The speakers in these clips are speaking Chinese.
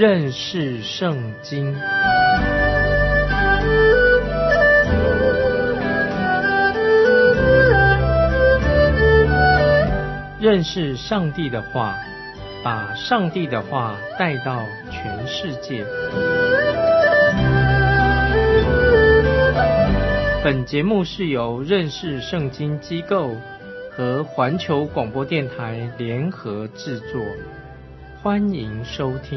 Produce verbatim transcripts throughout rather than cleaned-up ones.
认识圣经。认识上帝的话，把上帝的话带到全世界。本节目是由认识圣经机构和环球广播电台联合制作，欢迎收听。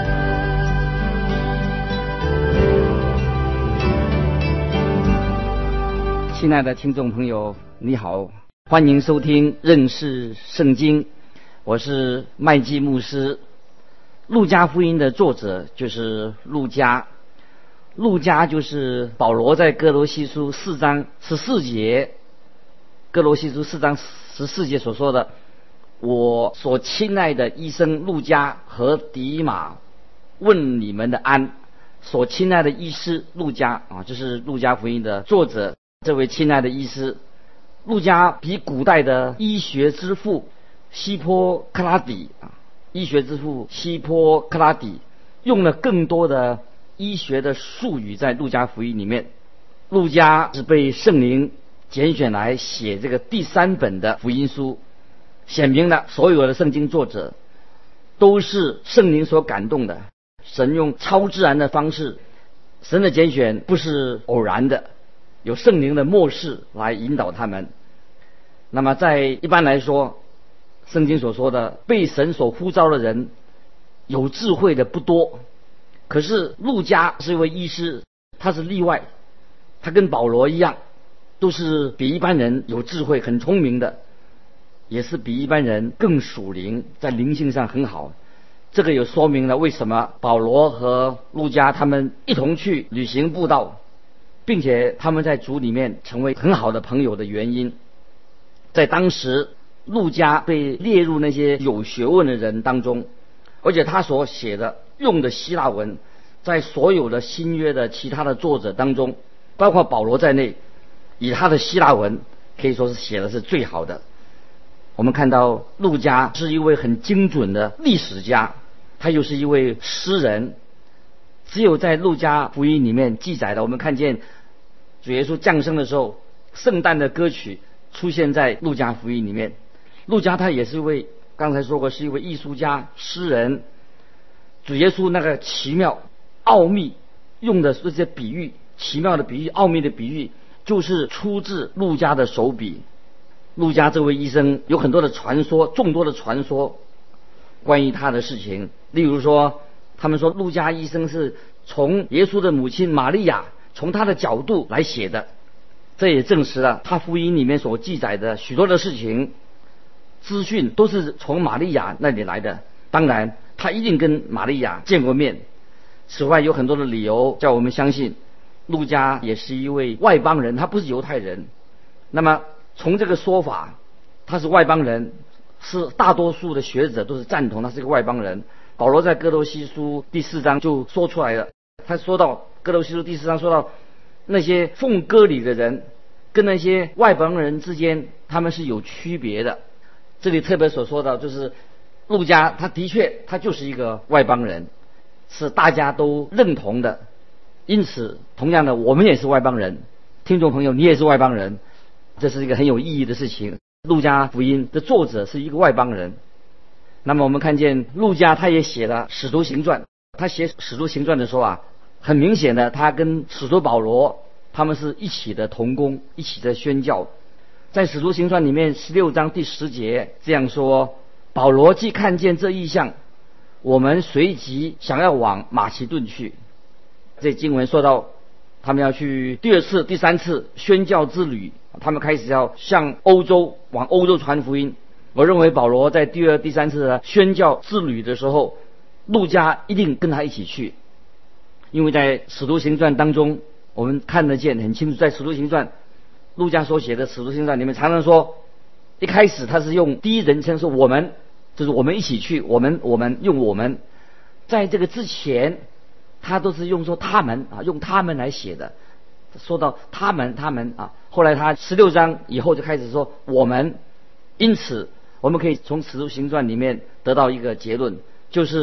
亲爱的听众朋友，你好，欢迎收听认识圣经，我是麦基牧师。路加福音的作者就是路加，路加就是保罗在哥罗西书四章十四节，哥罗西书四章十四节所说的，我所亲爱的医生路加和迪马问你们的安。所亲爱的医师路加啊，这是路加福音的作者。这位亲爱的医师路加比古代的医学之父希波克拉底啊，医学之父希波克拉底用了更多的医学的术语在路加福音里面。路加是被圣灵拣选来写这个第三本的福音书，显明了所有的圣经作者都是圣灵所感动的，神用超自然的方式，神的拣选不是偶然的，有圣灵的默示来引导他们。那么在一般来说，圣经所说的被神所呼召的人，有智慧的不多，可是路加是一位医师，他是例外，他跟保罗一样，都是比一般人有智慧很聪明的，也是比一般人更属灵，在灵性上很好。这个也说明了为什么保罗和路加他们一同去旅行布道，并且他们在主里面成为很好的朋友的原因。在当时路加被列入那些有学问的人当中，而且他所写的用的希腊文在所有的新约的其他的作者当中，包括保罗在内，以他的希腊文可以说是写的是最好的。我们看到路加是一位很精准的历史家，他又是一位诗人。只有在路加福音里面记载的，我们看见主耶稣降生的时候，圣诞的歌曲出现在路加福音里面。路加他也是一位，刚才说过是一位艺术家、诗人。主耶稣那个奇妙奥秘用的这些比喻，奇妙的比喻、奥秘的比喻，就是出自路加的手笔。路加这位医生有很多的传说，众多的传说关于他的事情。例如说，他们说路加医生是从耶稣的母亲玛利亚从他的角度来写的，这也证实了他福音里面所记载的许多的事情资讯都是从玛利亚那里来的。当然他一定跟玛利亚见过面。此外有很多的理由叫我们相信路加也是一位外邦人，他不是犹太人。那么从这个说法，他是外邦人，是大多数的学者都是赞同他是一个外邦人。保罗在哥罗西书第四章就说出来了，他说到哥罗西书第四章说到那些奉割礼的人跟那些外邦人之间他们是有区别的。这里特别所说到就是路加他的确他就是一个外邦人，是大家都认同的。因此同样的我们也是外邦人，听众朋友你也是外邦人，这是一个很有意义的事情。路加福音的作者是一个外邦人。那么我们看见路加他也写了使徒行传，他写使徒行传的时候啊，很明显的他跟使徒保罗他们是一起的同工，一起的宣教。在使徒行传里面十六章第十节这样说，保罗既看见这异象，我们随即想要往马其顿去。这经文说到他们要去第二次第三次宣教之旅，他们开始要向欧洲往欧洲传福音。我认为保罗在第二第三次的宣教之旅的时候，路加一定跟他一起去。因为在使徒行传当中我们看得见很清楚，在使徒行传路加所写的使徒行传里面常常说，一开始他是用第一人称说我们，就是我们一起去，我们我们用我们。在这个之前他都是用说他们啊，用他们来写的，说到他们他们啊，后来他十六章以后就开始说我们。因此我们可以从使徒行传里面得到一个结论，就是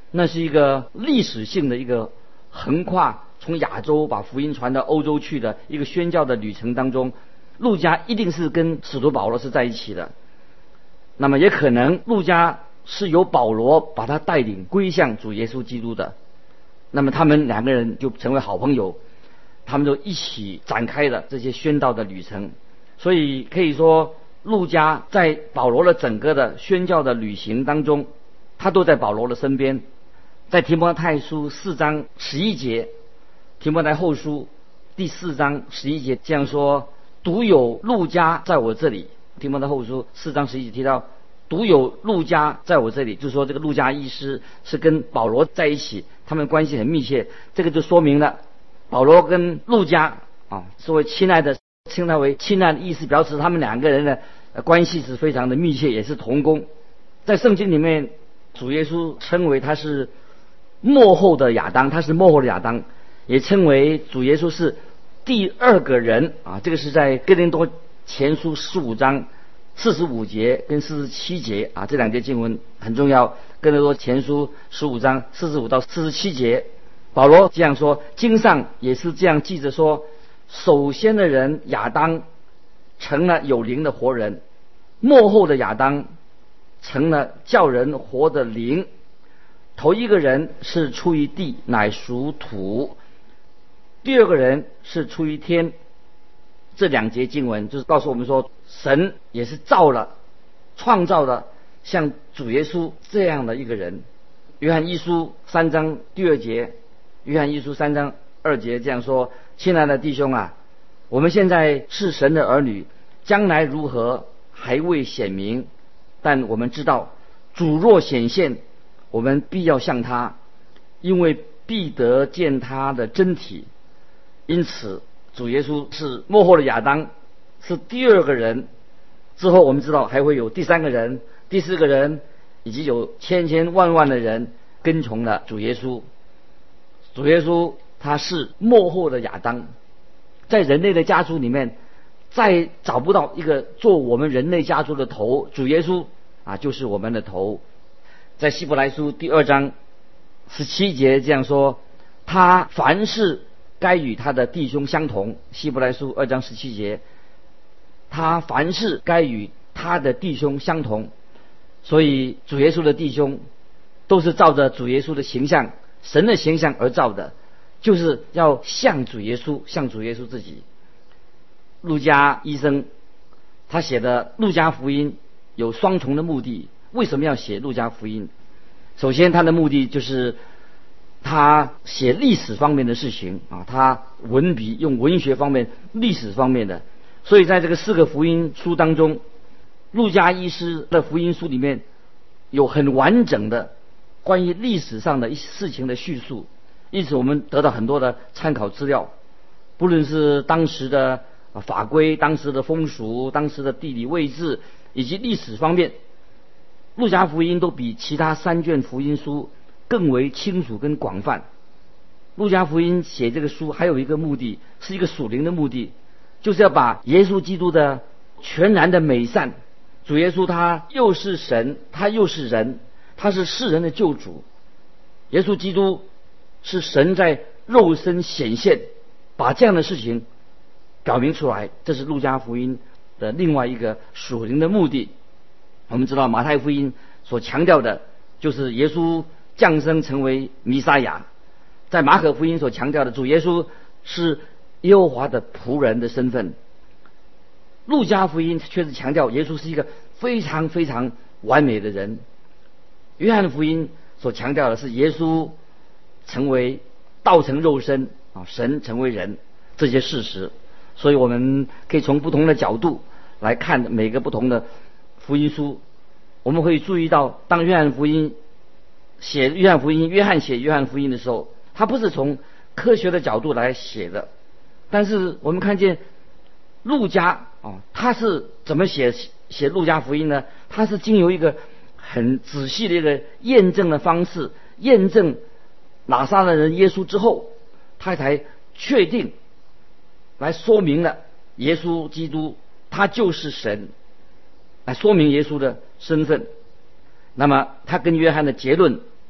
那是一个历史性的一个横跨从亚洲把福音传到欧洲去的一个宣教的旅程当中，路加一定是跟使徒保罗是在一起的。那么也可能路加是由保罗把他带领归向主耶稣基督的，那么他们两个人就成为好朋友，他们就一起展开了这些宣道的旅程。所以可以说，路加在保罗的整个的宣教的旅行当中，他都在保罗的身边。在提摩太书四章十一节，提摩太后书第四章十一节这样说：独有路加在我这里。提摩太后书四章十一节提到，独有路加在我这里，就是说这个路加医师是跟保罗在一起，他们关系很密切。这个就说明了保罗跟路加啊，作为亲爱的，称他为亲爱的意思，表示他们两个人的关系是非常的密切，也是同工。在圣经里面，主耶稣称为他是末后的亚当，他是末后的亚当，也称为主耶稣是第二个人啊。这个是在哥林多前书十五章四十五节跟四十七节啊，这两节经文很重要。哥林多前书十五章四十五到四十七节，保罗这样说，经上也是这样记着说，首先的人亚当成了有灵的活人，末后的亚当成了叫人活的灵。头一个人是出于地，乃属土；第二个人是出于天。这两节经文就是告诉我们说，神也是造了、创造了像主耶稣这样的一个人。约翰一书三章第二节，约翰一书三章二节这样说：亲爱的弟兄啊，我们现在是神的儿女，将来如何还未显明，但我们知道主若显现，我们必要像他，因为必得见他的真体。因此主耶稣是末后的亚当，是第二个人。之后我们知道还会有第三个人、第四个人，以及有千千万万的人跟从了主耶稣。主耶稣他是末后的亚当，在人类的家族里面再找不到一个做我们人类家族的头，主耶稣啊就是我们的头。在希伯来书第二章十七节这样说：他凡事该与他的弟兄相同。希伯来书二章十七节，他凡事该与他的弟兄相同。所以主耶稣的弟兄都是照着主耶稣的形象、神的形象而造的，就是要像主耶稣，像主耶稣自己。路加医生他写的路加福音有双重的目的。为什么要写路加福音？首先他的目的就是他写历史方面的事情啊，他文笔用文学方面、历史方面的。所以在这个四个福音书当中，路加医师的福音书里面有很完整的关于历史上的一些事情的叙述，因此我们得到很多的参考资料，不论是当时的法规、当时的风俗、当时的地理位置以及历史方面，路加福音都比其他三卷福音书更为清楚跟广泛。路加福音写这个书还有一个目的，是一个属灵的目的，就是要把耶稣基督的全然的美善，主耶稣他又是神，他又是人，他是世人的救主。耶稣基督是神在肉身显现，把这样的事情表明出来，这是路加福音的另外一个属灵的目的。我们知道马太福音所强调的就是耶稣降生成为弥撒亚，在马可福音所强调的主耶稣是耶和华的仆人的身份。路加福音却是强调耶稣是一个非常非常完美的人。约翰福音所强调的是耶稣成为道成肉身啊，神成为人这些事实。所以我们可以从不同的角度来看每个不同的福音书。我们会注意到，当约翰福音写约翰福音，约翰写约翰福音的时候，他不是从科学的角度来写的，但是我们看见路加啊，他是怎么写写路加福音呢？他是经由一个很仔细的一个验证的方式，验证拿撒勒人耶稣之后，他才确定来说明了耶稣基督他就是神，来说明耶稣的身份。那么他跟约翰的结论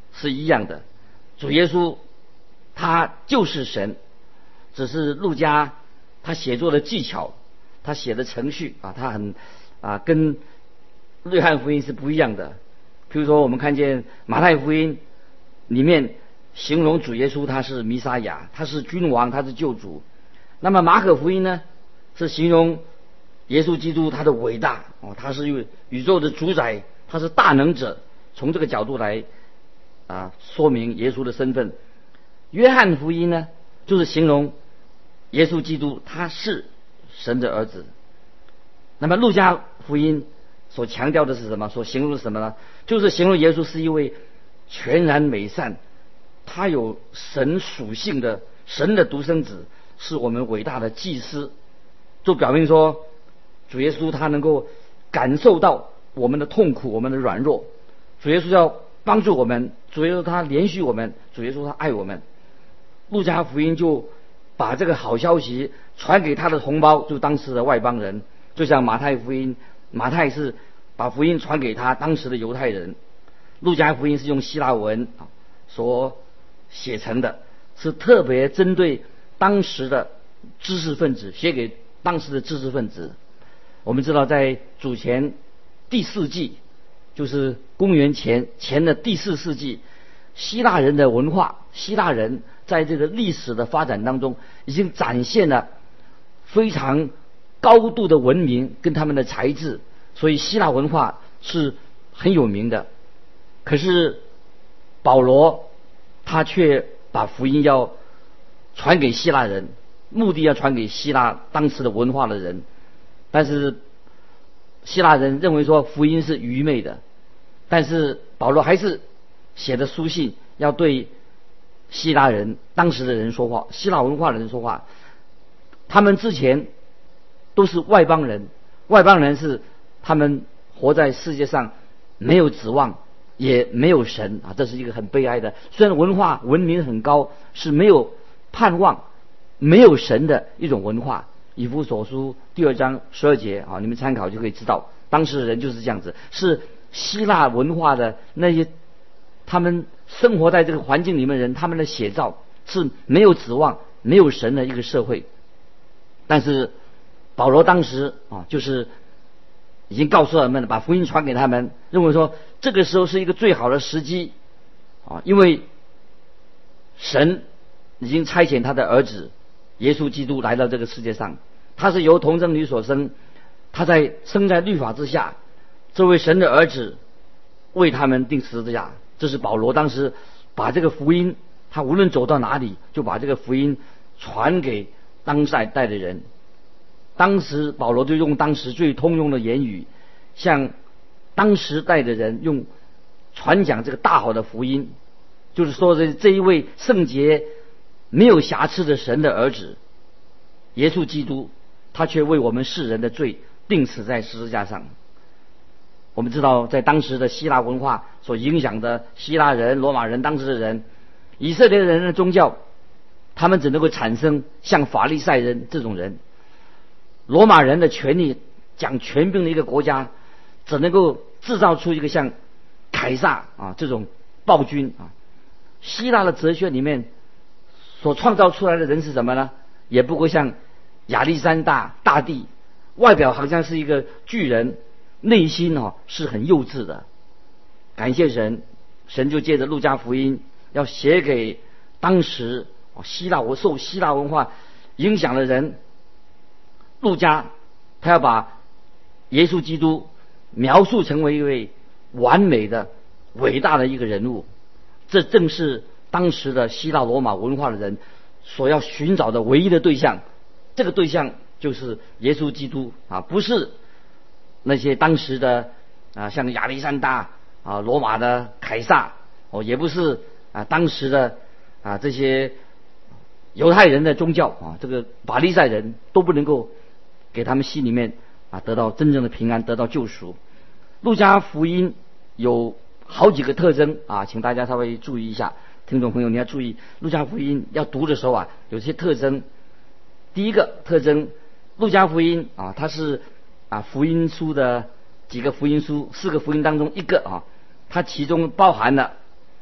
是一样的，主耶稣他就是神，只是路加他写作的技巧，他写的程序啊，他很啊跟约翰福音是不一样的。譬如说我们看见马太福音里面形容主耶稣他是弥撒亚，他是君王，他是救主。那么马可福音呢，是形容耶稣基督他的伟大哦，他是宇宙的主宰，他是大能者，从这个角度来啊说明耶稣的身份。约翰福音呢，就是形容耶稣基督他是神的儿子。那么路加福音所强调的是什么？所形容的是什么呢？就是形容耶稣是一位全然美善，他有神属性的神的独生子，是我们伟大的祭司。就表明说主耶稣他能够感受到我们的痛苦，我们的软弱，主耶稣要帮助我们，主耶稣他怜恤我们，主耶稣他爱我们。路加福音就把这个好消息传给他的同胞，就当时的外邦人，就像马太福音，马太是把福音传给他当时的犹太人，路加福音是用希腊文所写成的，是特别针对当时的知识分子，写给当时的知识分子。我们知道在主前第四纪，就是公元前前的第四世纪，希腊人的文化，希腊人在这个历史的发展当中已经展现了非常高度的文明跟他们的才智，所以希腊文化是很有名的。可是保罗他却把福音要传给希腊人，目的要传给希腊当时的文化的人，但是希腊人认为说福音是愚昧的，但是保罗还是写的书信要对希腊人当时的人说话，希腊文化的人说话。他们之前都是外邦人，外邦人是他们活在世界上没有指望，也没有神啊，这是一个很悲哀的。虽然文化文明很高，是没有盼望、没有神的一种文化。以弗所书第二章十二节啊，你们参考就可以知道，当时的人就是这样子，是希腊文化的那些他们生活在这个环境里面的人，他们的写照是没有指望、没有神的一个社会。但是保罗当时啊，就是已经告诉他们，把福音传给他们，认为说这个时候是一个最好的时机啊，因为神已经差遣他的儿子耶稣基督来到这个世界上，他是由童贞女所生，他在生在律法之下，这位神的儿子为他们钉十字架。这是保罗当时把这个福音，他无论走到哪里，就把这个福音传给当代代的人。当时保罗就用当时最通用的言语，向当时代的人用传讲这个大好的福音，就是说这这一位圣洁没有瑕疵的神的儿子耶稣基督，他却为我们世人的罪钉死在十字架上。我们知道在当时的希腊文化所影响的希腊人、罗马人，当时的人，以色列人的宗教，他们只能够产生像法利赛人这种人。罗马人的权力，讲权柄的一个国家，只能够制造出一个像凯撒啊这种暴君啊。希腊的哲学里面所创造出来的人是什么呢？也不过像亚历山大大帝，外表好像是一个巨人，内心哦是很幼稚的。感谢神，神就借着路加福音要写给当时希腊我受希腊文化影响的人。路加他要把耶稣基督描述成为一位完美的伟大的一个人物，这正是当时的希腊罗马文化的人所要寻找的唯一的对象。这个对象就是耶稣基督啊，不是那些当时的啊像亚历山大啊罗马的凯撒哦，也不是啊当时的啊这些犹太人的宗教啊，这个法利赛人都不能够给他们心里面啊得到真正的平安，得到救赎。路加福音有好几个特征啊，请大家稍微注意一下，听众朋友你要注意，路加福音要读的时候啊，有些特征。第一个特征，路加福音啊，它是啊福音书的几个福音书，四个福音当中一个啊，它其中包含了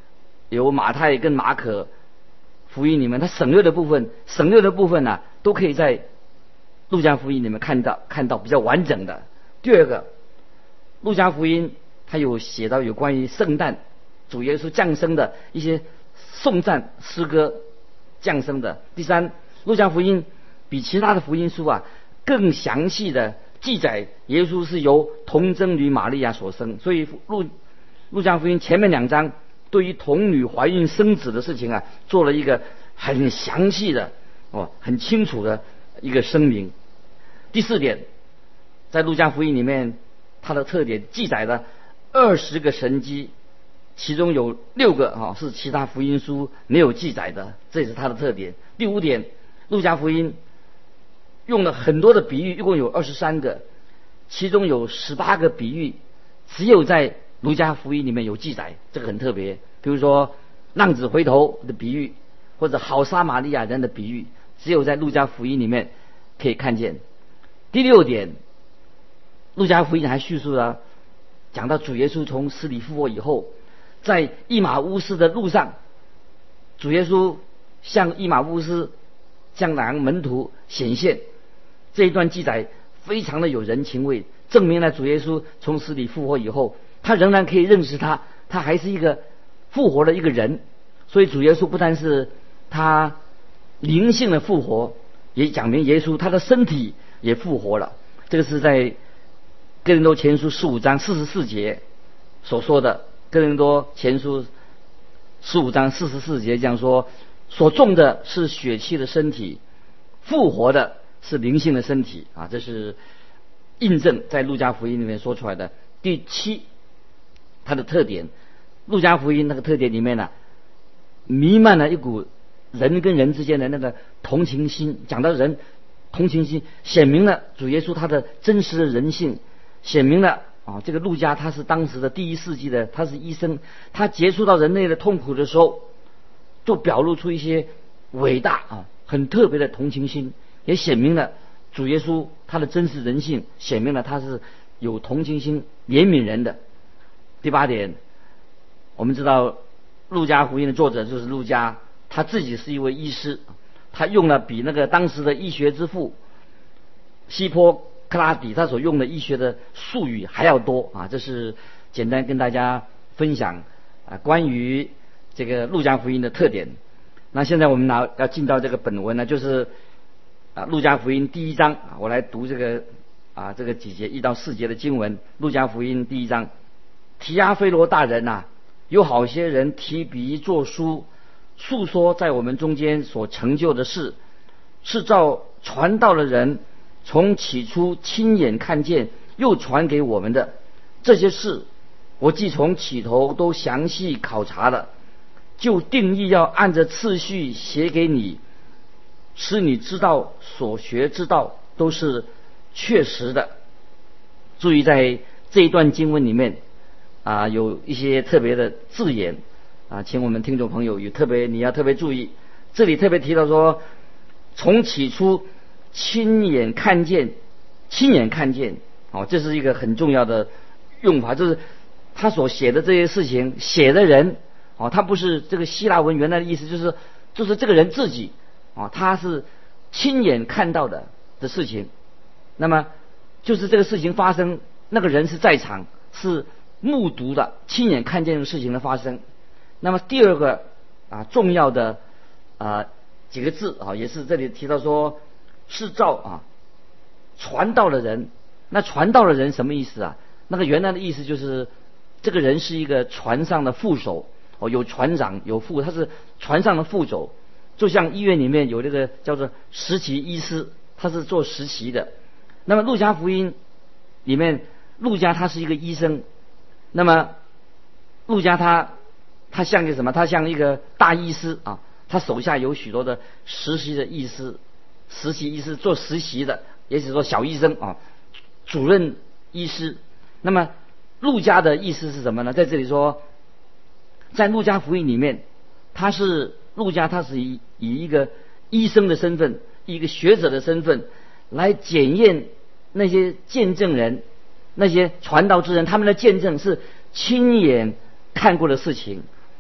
有马太跟马可福音里面，它省略的部分，省略的部分呢、啊，都可以在路加福音里面看到，看到比较完整的。第二个，路加福音它有写到有关于圣诞主耶稣降生的一些颂赞诗歌降生的。第三，路加福音比其他的福音书啊更详细的记载耶稣是由童贞女玛利亚所生，所以路路加福音前面两章对于童女怀孕生子的事情啊，做了一个很详细的哦，很清楚的一个声明。第四点，在路加福音里面，它的特点记载了二十个神迹，其中有六个啊、哦、是其他福音书没有记载的，这也是它的特点。第五点，路加福音用了很多的比喻，一共有二十三个，其中有十八个比喻只有在路加福音里面有记载，这个很特别。比如说浪子回头的比喻，或者好撒玛利亚人的比喻，只有在路加福音里面可以看见。第六点，路加福音还叙述了讲到主耶稣从死里复活以后，在以马乌斯的路上，主耶稣向以马乌斯向两个门徒显现，这一段记载非常的有人情味，证明了主耶稣从死里复活以后，他仍然可以认识他，他还是一个复活的一个人。所以主耶稣不但是他灵性的复活，也讲明耶稣他的身体也复活了。这个是在哥林多前书十五章四十四节所说的。哥林多前书十五章四十四节这样说：所种的是血气的身体，复活的是灵性的身体啊，这是印证在路加福音里面说出来的。第七，它的特点，路加福音那个特点里面呢、啊，弥漫了一股人跟人之间的那个同情心。讲到人同情心，显明了主耶稣他的真实的人性，显明了啊，这个路加他是当时的第一世纪的，他是医生，他接触到人类的痛苦的时候，就表露出一些伟大啊很特别的同情心，也显明了主耶稣他的真实人性，显明了他是有同情心、怜悯人的。第八点，我们知道路加福音的作者就是路加，他自己是一位医师，他用了比那个当时的医学之父希波克拉底他所用的医学的术语还要多啊。这是简单跟大家分享啊关于这个路加福音的特点。那现在我们拿要进到这个本文呢，就是啊路加福音第一章啊，我来读这个啊这个几节一到四节的经文。路加福音第一章，提阿非罗大人呐、啊，有好些人提笔作书，述说在我们中间所成就的事，是照传道的人从起初亲眼看见又传给我们的。这些事我既从起头都详细考察了，就定义要按着次序写给你，使你知道所学之道都是确实的。注意在这一段经文里面啊，有一些特别的字眼啊，请我们听众朋友有特别你要特别注意。这里特别提到说，从起初亲眼看见，亲眼看见，哦，这是一个很重要的用法，就是他所写的这些事情，写的人，哦，他不是这个希腊文原来的意思，就是就是这个人自己，哦，他是亲眼看到的的事情。那么就是这个事情发生，那个人是在场，是目睹的，亲眼看见的事情的发生。那么第二个啊重要的啊几个字啊，也是这里提到说，是照啊传道的人。那传道的人什么意思啊？那个原来的意思就是这个人是一个船上的副手哦，有船长有副，他是船上的副手，就像医院里面有这个叫做实习医师，他是做实习的。那么路加福音里面，路加他是一个医生，那么路加他他像一个什么？他像一个大医师啊，他手下有许多的实习的医师，实习医师做实习的，也就是说小医生啊，主任医师。那么路加的意思是什么呢？在这里说，在路加福音里面，他是路加，他是以以一个医生的身份，一个学者的身份来检验那些见证人，那些传道之人，他们的见证是亲眼看过的事情，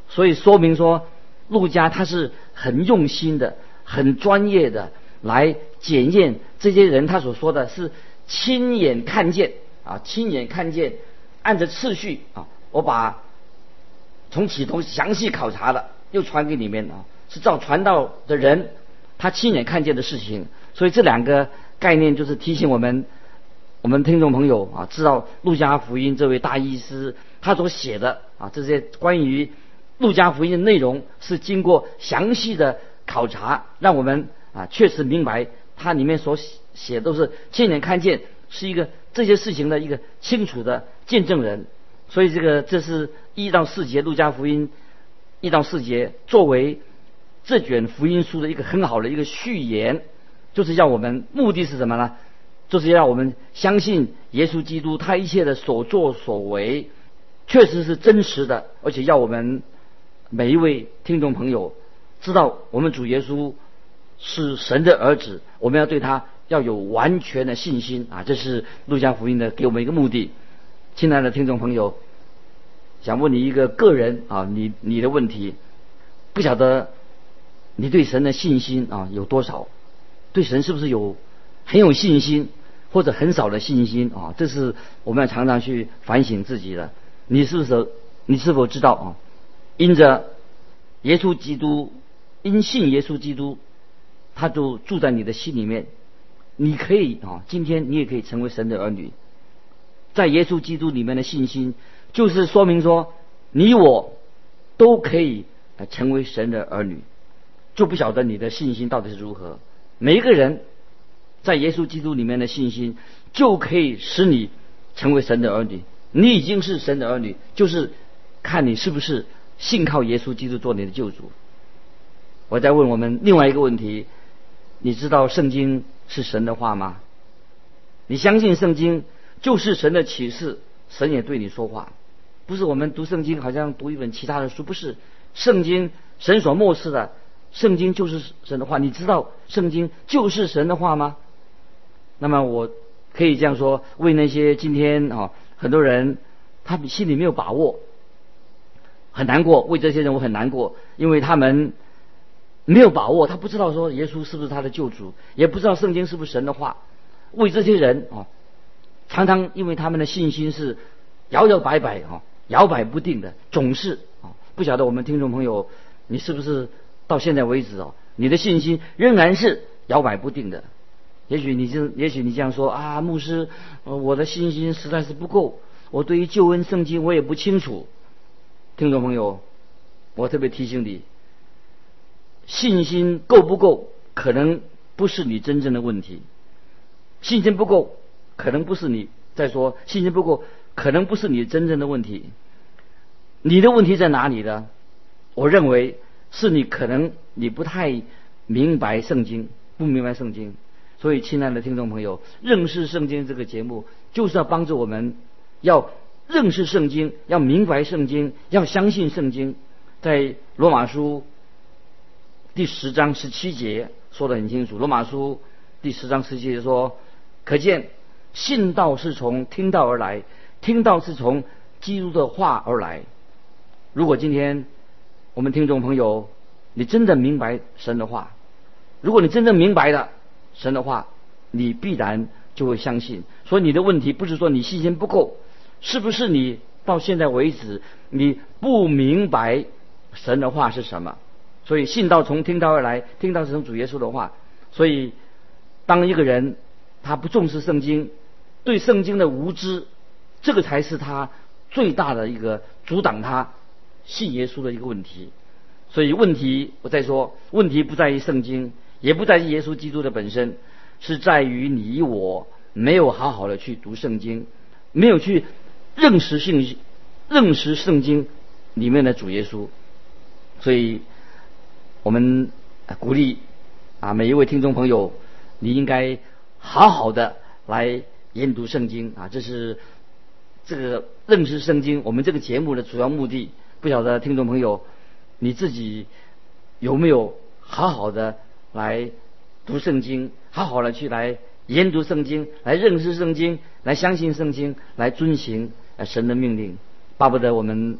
所以说明说路加他是很用心的、很专业的来检验这些人他所说的是亲眼看见啊，亲眼看见，按着次序啊，我把从起头详细考察的又传给你们啊，是照传道的人他亲眼看见的事情。所以这两个概念就是提醒我们，我们听众朋友啊，知道路加福音这位大医师他所写的啊这些关于路加福音的内容是经过详细的考察，让我们啊确实明白他里面所写都是亲眼看见，是一个这些事情的一个清楚的见证人。所以这个这是一到四节路加福音一到四节作为这卷福音书的一个很好的一个序言，就是要我们目的是什么呢？就是要我们相信耶稣基督他一切的所作所为确实是真实的，而且要我们每一位听众朋友知道我们主耶稣是神的儿子，我们要对他要有完全的信心啊！这是路加福音的给我们一个目的。亲爱的听众朋友，想问你一个个人啊，你你的问题，不晓得你对神的信心啊有多少？对神是不是有很有信心，或者很少的信心啊？这是我们要常常去反省自己的。你是不是你是否知道啊？因着耶稣基督，因信耶稣基督，他就住在你的心里面。你可以啊，今天你也可以成为神的儿女。在耶稣基督里面的信心，就是说明说你我都可以成为神的儿女。就不晓得你的信心到底是如何。每一个人在耶稣基督里面的信心，就可以使你成为神的儿女。你已经是神的儿女，就是看你是不是信靠耶稣基督做你的救主。我再问我们另外一个问题，你知道圣经是神的话吗？你相信圣经就是神的启示，神也对你说话，不是我们读圣经好像读一本其他的书，不是。圣经神所默示的，圣经就是神的话。你知道圣经就是神的话吗？那么我可以这样说，为那些今天啊很多人他心里没有把握，很难过，为这些人我很难过，因为他们没有把握，他不知道说耶稣是不是他的救主，也不知道圣经是不是神的话。为这些人啊，常常因为他们的信心是摇摇摆摆啊，摇摆不定的，总是啊，不晓得我们听众朋友，你是不是到现在为止哦，你的信心仍然是摇摆不定的？也许你就，也许你这样说啊，牧师，呃，我的信心实在是不够，我对于救恩圣经我也不清楚。听众朋友，我特别提醒你，信心够不够，可能不是你真正的问题。信心不够，可能不是你在说信心不够，可能不是你真正的问题。你的问题在哪里呢？我认为是你可能你不太明白圣经，不明白圣经。所以亲爱的听众朋友，认识圣经这个节目就是要帮助我们要认识圣经，要明白圣经，要相信圣经。在罗马书第十章十七节说得很清楚，罗马书第十章十七节说，可见信道是从听道而来，听道是从基督的话而来。如果今天我们听众朋友你真的明白神的话，如果你真正明白了神的话，你必然就会相信。所以你的问题不是说你信心不够，是不是你到现在为止你不明白神的话是什么？所以信道从听道而来，听道是从主耶稣的话。所以当一个人他不重视圣经，对圣经的无知，这个才是他最大的一个阻挡他信耶稣的一个问题。所以问题，我再说，问题不在于圣经，也不在于耶稣基督的本身，是在于你我没有好好的去读圣经，没有去认识圣认识圣经里面的主耶稣。所以我们鼓励啊每一位听众朋友，你应该好好的来研读圣经啊，这是这个认识圣经我们这个节目的主要目的。不晓得听众朋友你自己有没有好好的来读圣经，好好的去来研读圣经，来认识圣经，来相信圣经，来遵行神的命令。巴不得我们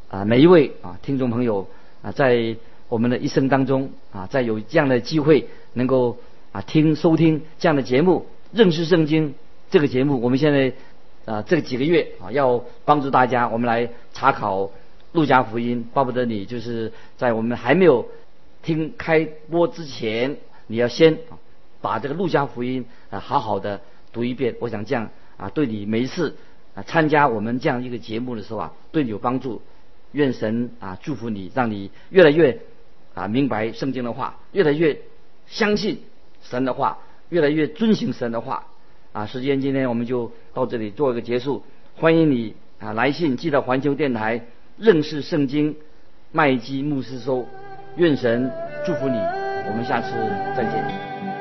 啊每一位啊听众朋友啊，在我们的一生当中啊，在有这样的机会能够啊听收听这样的节目，认识圣经这个节目，我们现在啊这几个月啊要帮助大家，我们来查考路加福音，巴不得你就是在我们还没有听开播之前，你要先把这个路加福音啊好好的读一遍。我想这样啊对你每一次啊参加我们这样一个节目的时候啊，对你有帮助。愿神啊祝福你，让你越来越啊明白圣经的话，越来越相信神的话，越来越遵行神的话。啊，时间今天我们就到这里做一个结束。欢迎你啊来信寄到环球电台认识圣经麦基牧师收。愿神祝福你，我们下次再见。